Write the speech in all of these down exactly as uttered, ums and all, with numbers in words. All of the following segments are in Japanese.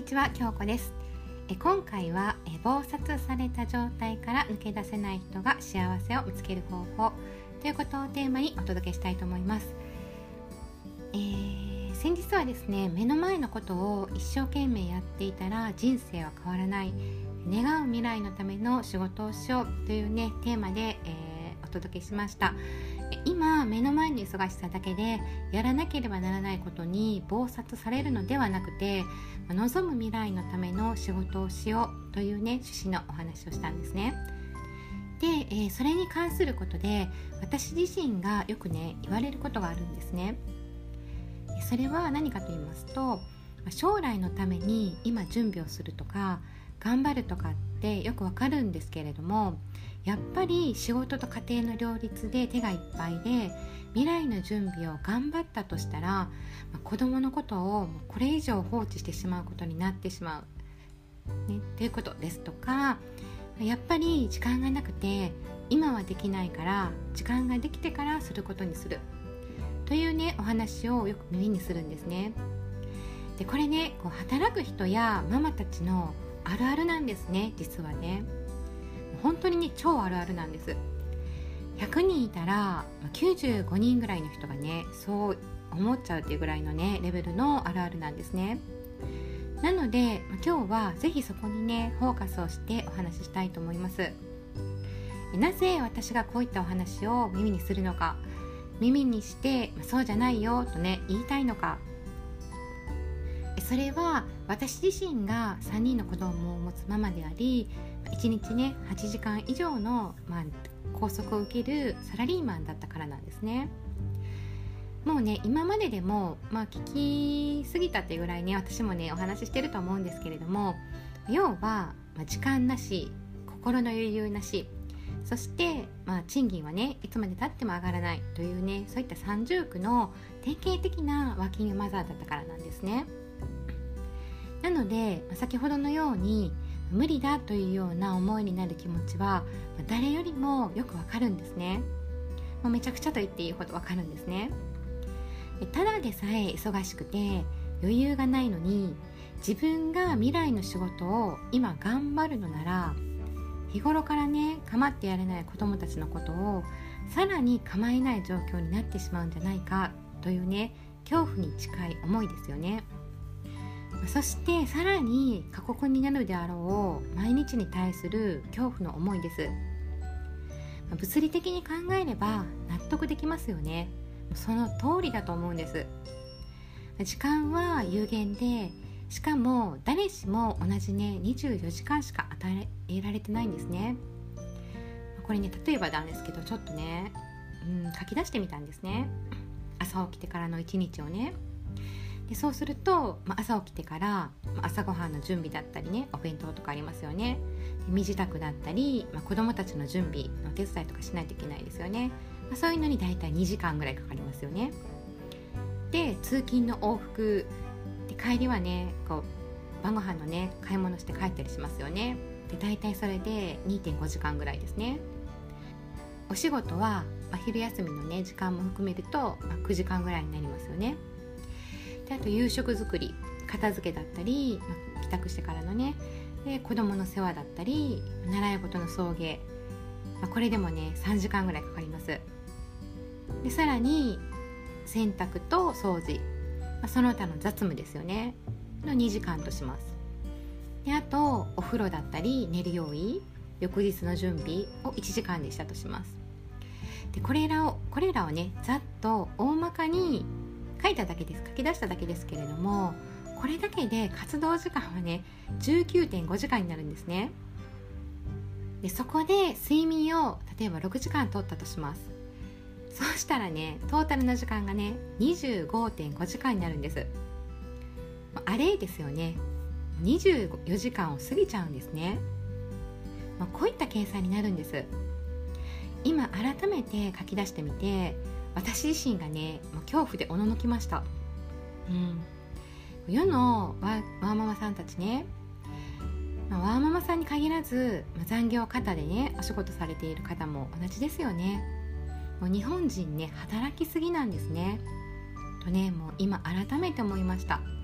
ちは、京子です。え今回はえ忙殺された状態から抜け出せない人が幸せを見つける方法ということをテーマにお届けしたいと思います。えー、先日はですね、目の前のことを一生懸命やっていたら人生は変わらない、願う未来のための仕事をしようというねテーマで、えー、お届けしました。今目の前の忙しさだけでやらなければならないことに忙殺されるのではなくて、望む未来のための仕事をしようというね趣旨のお話をしたんですね。で、えー、それに関することで私自身がよくね言われることがあるんですね。それは何かと言いますと、将来のために今準備をするとか頑張るとかってよくわかるんですけれども、やっぱり仕事と家庭の両立で手がいっぱいで未来の準備を頑張ったとしたら、子供のことをこれ以上放置してしまうことになってしまう、ね、ということですとか、やっぱり時間がなくて今はできないから時間ができてからすることにするというねお話をよく耳にするんですね。でこれねこう働く人やママたちのあるあるなんですね。実はね本当にね超あるあるなんです。ひゃくにんいたらきゅうじゅうごにんぐらいの人がねそう思っちゃうっていうぐらいのねレベルのあるあるなんですね。なので今日はぜひそこにねフォーカスをしてお話ししたいと思います。なぜ私がこういったお話を耳にするのか、耳にしてそうじゃないよとね言いたいのか。それは私自身がさんにんの子供を持つママであり、いちにちねはちじかん以上の、まあ、拘束を受けるサラリーマンだったからなんですね。もうね今まででも、まあ、聞きすぎたっていうぐらいね私もねお話ししてると思うんですけれども、要は、まあ、時間なし、心の余裕なし、そして、まあ、賃金はねいつまでたっても上がらないというね、そういった三重苦の典型的なワーキングマザーだったからなんですね。なので、まあ、先ほどのように無理だというような思いになる気持ちは誰よりもよくわかるんですね。もうめちゃくちゃと言っていいほどわかるんですね。ただでさえ忙しくて余裕がないのに、自分が未来の仕事を今頑張るのなら、日頃からね構ってやれない子どもたちのことをさらに構えない状況になってしまうんじゃないかというね恐怖に近い思いですよね。そしてさらに過酷になるであろう毎日に対する恐怖の思いです。物理的に考えれば納得できますよね。その通りだと思うんです。時間は有限で、しかも誰しも同じねにじゅうよじかんしか与えられてないんですね。これね例えばなんですけど、ちょっとね、うん、書き出してみたんですね。朝起きてからの一日をね。でそうすると、まあ、朝起きてから、まあ、朝ごはんの準備だったりね、お弁当とかありますよね。で身支度だったり、まあ、子どもたちの準備の手伝いとかしないといけないですよね。まあ、そういうのにだいたいにじかんぐらいかかりますよね。で通勤の往復で、帰りはねこう晩ご飯のね買い物して帰ったりしますよね。でだいたいそれで にてんごじかんぐらいですね。お仕事は、まあ、昼休みのね時間も含めると、まあ、くじかんぐらいになりますよね。であと夕食作り、片付けだったり、まあ、帰宅してからのねで子供の世話だったり、習い事の送迎、まあ、これでもねさんじかんぐらいかかります。でさらに洗濯と掃除、まあ、その他の雑務ですよねのにじかんとします。であとお風呂だったり寝る用意、翌日の準備をいちじかんでしたとします。でこれらをこれらをねざっと大まかに書いただけです、書き出しただけですけれども、これだけで活動時間はね じゅうきゅうてんごじかんになるんですね。でそこで睡眠を例えばろくじかん取ったとします。そうしたらねトータルの時間がね にじゅうごてんごじかんになるんです。あれですよね、にじゅうよじかんを過ぎちゃうんですね。まあ、こういった計算になるんです。今改めて書き出してみて、私自身がねもう恐怖でおののきました。うん、世のワー、ワーママさんたちね、まあ、ワーママさんに限らず、まあ、残業方でねお仕事されている方も同じですよね。もう日本人ね働きすぎなんですねとね、もう今改めて思いました。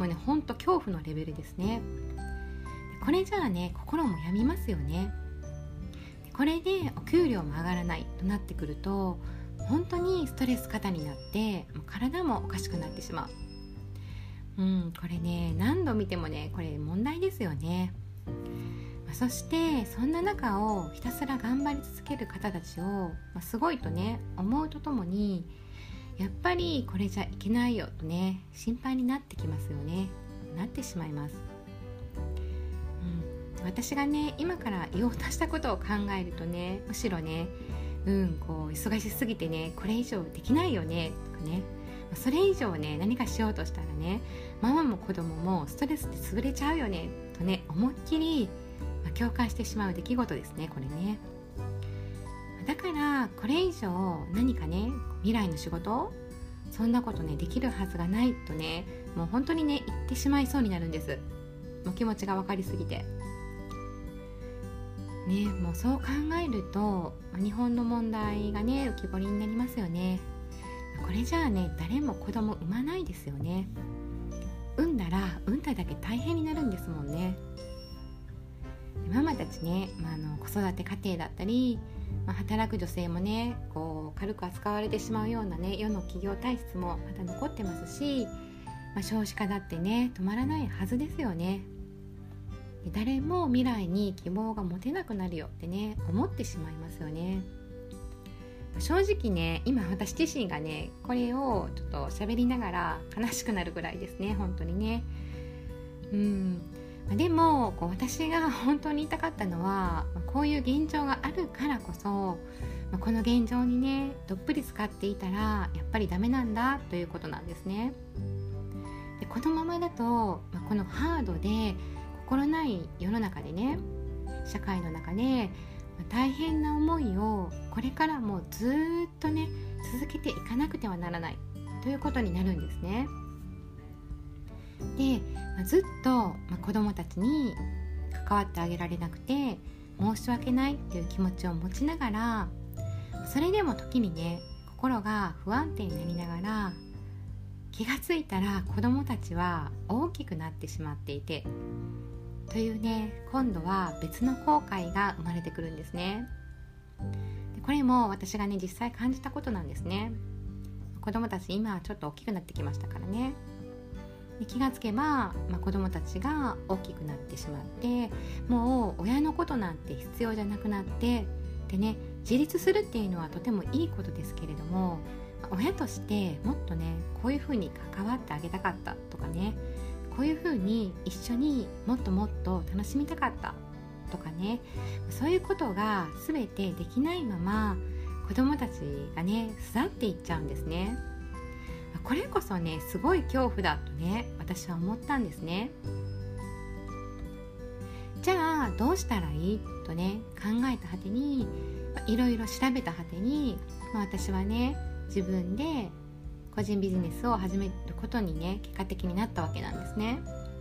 もうねほんと恐怖のレベルですね。これじゃあね心も病みますよね。これでお給料も上がらないとなってくると本当にストレス過多になってもう体もおかしくなってしまう。うんこれね何度見てもねこれ問題ですよね。そしてそんな中をひたすら頑張り続ける方たちを、まあ、すごいとね思うとともにやっぱりこれじゃいけないよとね心配になってきますよね。なってしまいます。うん、私がね今から言おうとしたことを考えるとねむしろねうんこう忙しすぎてねこれ以上できないよねとかねそれ以上ね何かしようとしたらねママも子供もストレスで潰れちゃうよねとね思いっきり共感してしまう出来事ですねこれね。だからこれ以上何かね未来の仕事そんなことねできるはずがないとねもう本当にね言ってしまいそうになるんです。もう気持ちが分かりすぎてね。もうそう考えると日本の問題がね浮き彫りになりますよね。これじゃあね誰も子供産まないですよね。産んだら産んだだけ大変になるんですもんね。ママたちね、まあ、あの子育て家庭だったり、まあ、働く女性もねこう軽く扱われてしまうようなね世の企業体質もまた残ってますし、まあ、少子化だってね止まらないはずですよね。誰も未来に希望が持てなくなるよってね思ってしまいますよね。正直ね今私自身がねこれをちょっと喋りながら悲しくなるぐらいですね本当にね。うんでもこう私が本当に言いたかったのはこういう現状があるからこそこの現状にねどっぷり使っていたらやっぱりダメなんだということなんですね。でこのままだとこのハードで心ない世の中でね社会の中で大変な思いをこれからもずっとね続けていかなくてはならないということになるんですね。で、まあ、ずっと、まあ、子どもたちに関わってあげられなくて申し訳ないっていう気持ちを持ちながらそれでも時にね心が不安定になりながら気がついたら子どもたちは大きくなってしまっていてというね今度は別の後悔が生まれてくるんですね。でこれも私がね実際感じたことなんですね。子どもたち今はちょっと大きくなってきましたからね。で気がつけば、まあ、子どもたちが大きくなってしまってもう親のことなんて必要じゃなくなってでね自立するっていうのはとてもいいことですけれども親としてもっとねこういうふうに関わってあげたかったとかねこういうふうに一緒にもっともっと楽しみたかったとかねそういうことが全てできないまま子どもたちがね巣立っていっちゃうんですね。これこそねすごい恐怖だとね私は思ったんですね。じゃあどうしたらいいとね考えた果てにいろいろ調べた果てに、まあ、私はね自分で個人ビジネスを始めることにね結果的になったわけなんですね。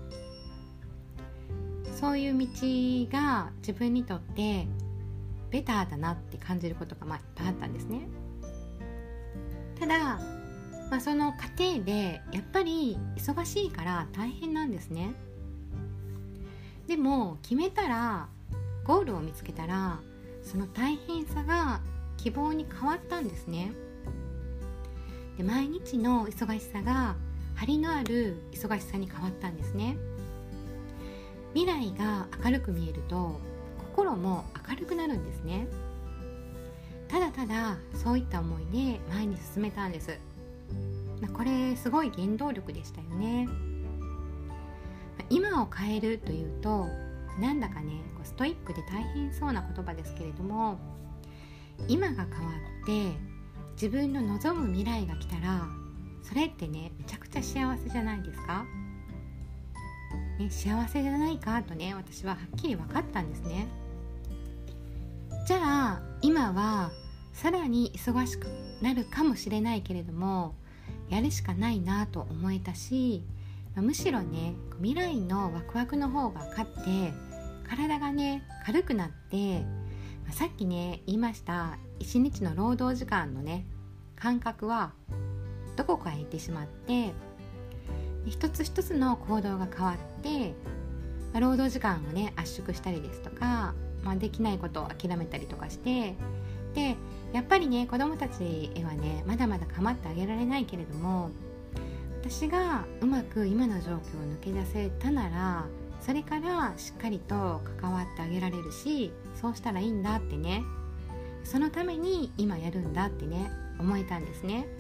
そういう道が自分にとってベターだなって感じることがまあいっぱいあったんですね。ただまあ、その過程でやっぱり忙しいから大変なんですね。でも決めたらゴールを見つけたらその大変さが希望に変わったんですね。で毎日の忙しさが張りのある忙しさに変わったんですね。未来が明るく見えると心も明るくなるんですね。ただただそういった思いで前に進めたんです。これすごい原動力でしたよね。今を変えるというとなんだかねストイックで大変そうな言葉ですけれども今が変わって自分の望む未来が来たらそれってねめちゃくちゃ幸せじゃないですか、ね、幸せじゃないかとね私ははっきり分かったんですね。じゃあ今はさらに忙しくなるかもしれないけれどもやるしかないなと思えたし、むしろね未来のワクワクの方が勝って体がね軽くなってさっきね言いました一日の労働時間のね感覚はどこかへ行ってしまって一つ一つの行動が変わって、まあ、労働時間をね圧縮したりですとか、まあ、できないことを諦めたりとかして、でやっぱりね子どもたちへはねまだまだ構ってあげられないけれども、私がうまく今の状況を抜け出せたなら、それからしっかりと関わってあげられるし、そうしたらいいんだってね、そのために今やるんだってね思えたんですね。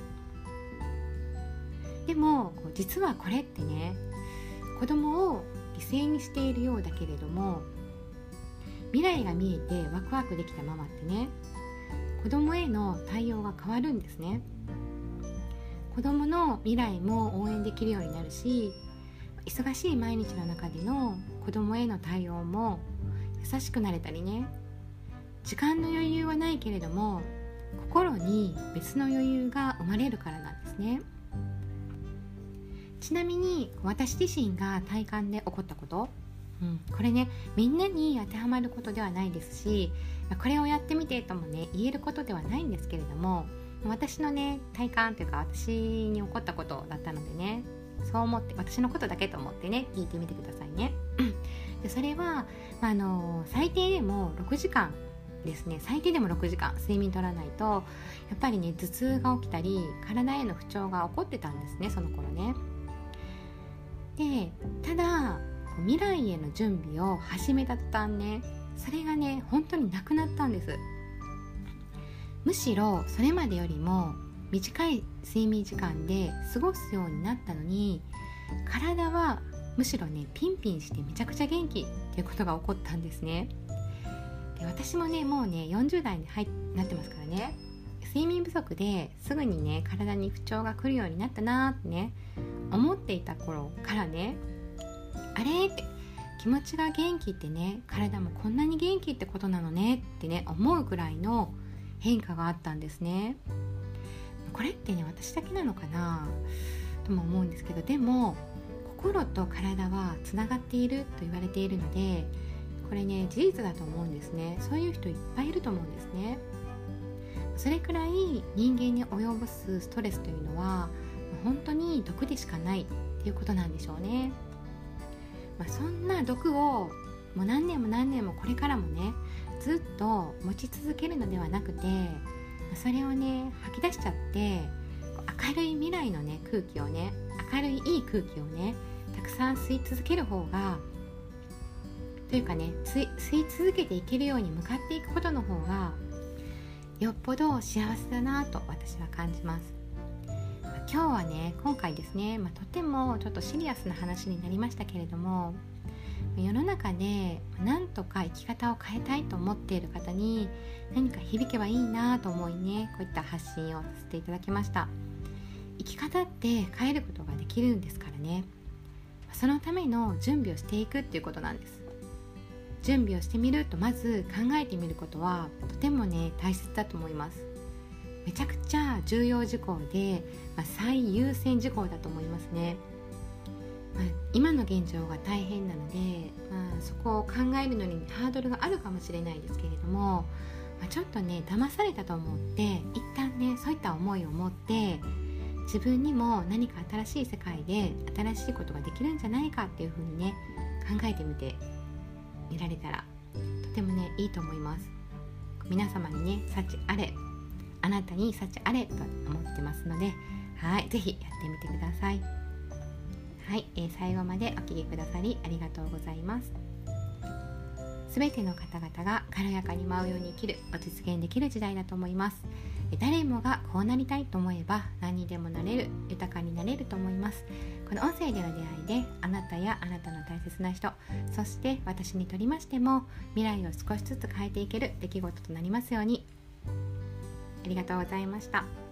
でも実はこれってね、子供を犠牲にしているようだけれども、未来が見えてワクワクできたママってね、子供への対応が変わるんですね。子供の未来も応援できるようになるし、忙しい毎日の中での子供への対応も優しくなれたりね、時間の余裕はないけれども心に別の余裕が生まれるからなんですね。ちなみに私自身が体感で起こったこと、うん、これねみんなに当てはまることではないですし、これをやってみてともね言えることではないんですけれども、私のね体感というか私に起こったことだったのでね、そう思って私のことだけと思ってね聞いてみてくださいね。でそれは、まあ、あの最低でもろくじかんですね、最低でもろくじかん睡眠取らないとやっぱりね頭痛が起きたり体への不調が起こってたんですね、その頃ね。でただ未来への準備を始めた途端ね、それがね本当になくなったんです。むしろそれまでよりも短い睡眠時間で過ごすようになったのに、体はむしろねピンピンしてめちゃくちゃ元気っていうことが起こったんですね。で私もねもうねよんじゅう代に入なってますからね、睡眠不足ですぐにね体に不調が来るようになったなってね思っていた頃からね、あれって気持ちが元気ってね体もこんなに元気ってことなのねってね思うくらいの変化があったんですね。これってね私だけなのかなとも思うんですけど、でも心と体はつながっていると言われているので、これね事実だと思うんですね。そういう人いっぱいいると思うんですね。それくらい人間に及ぼすストレスというのは本当に毒でしかないっていうことなんでしょうね。まあ、そんな毒をもう何年も何年もこれからもねずっと持ち続けるのではなくて、それをね吐き出しちゃって明るい未来のね空気をね明るいいい空気をねたくさん吸い続ける方がというかね吸い、吸い続けていけるように向かっていくことの方がよっぽど幸せだなと私は感じます。今日はね今回ですね、まあ、とてもちょっとシリアスな話になりましたけれども、世の中でなんとか生き方を変えたいと思っている方に何か響けばいいなと思いね、こういった発信をさせていただきました。生き方って変えることができるんですからね、そのための準備をしていくっていうことなんです。準備をしてみるとまず考えてみることはとてもね大切だと思います。めちゃくちゃ重要事項で、まあ、最優先事項だと思いますね。まあ、今の現状が大変なので、まあ、そこを考えるのにハードルがあるかもしれないですけれども、まあ、ちょっとね騙されたと思って一旦ねそういった思いを持って自分にも何か新しい世界で新しいことができるんじゃないかっていうふうにね考えてみてみられたらとてもねいいと思います。皆様にね幸あれ、あなたに幸あれと思ってますので、はい、ぜひやってみてください。はい、えー、最後までお聞きくださりありがとうございます。すべての方々が軽やかに舞うように生きるを実現できる時代だと思います。誰もがこうなりたいと思えば何にでもなれる、豊かになれると思います。この音声での出会いであなたやあなたの大切な人、そして私にとりましても未来を少しずつ変えていける出来事となりますように。ありがとうございました。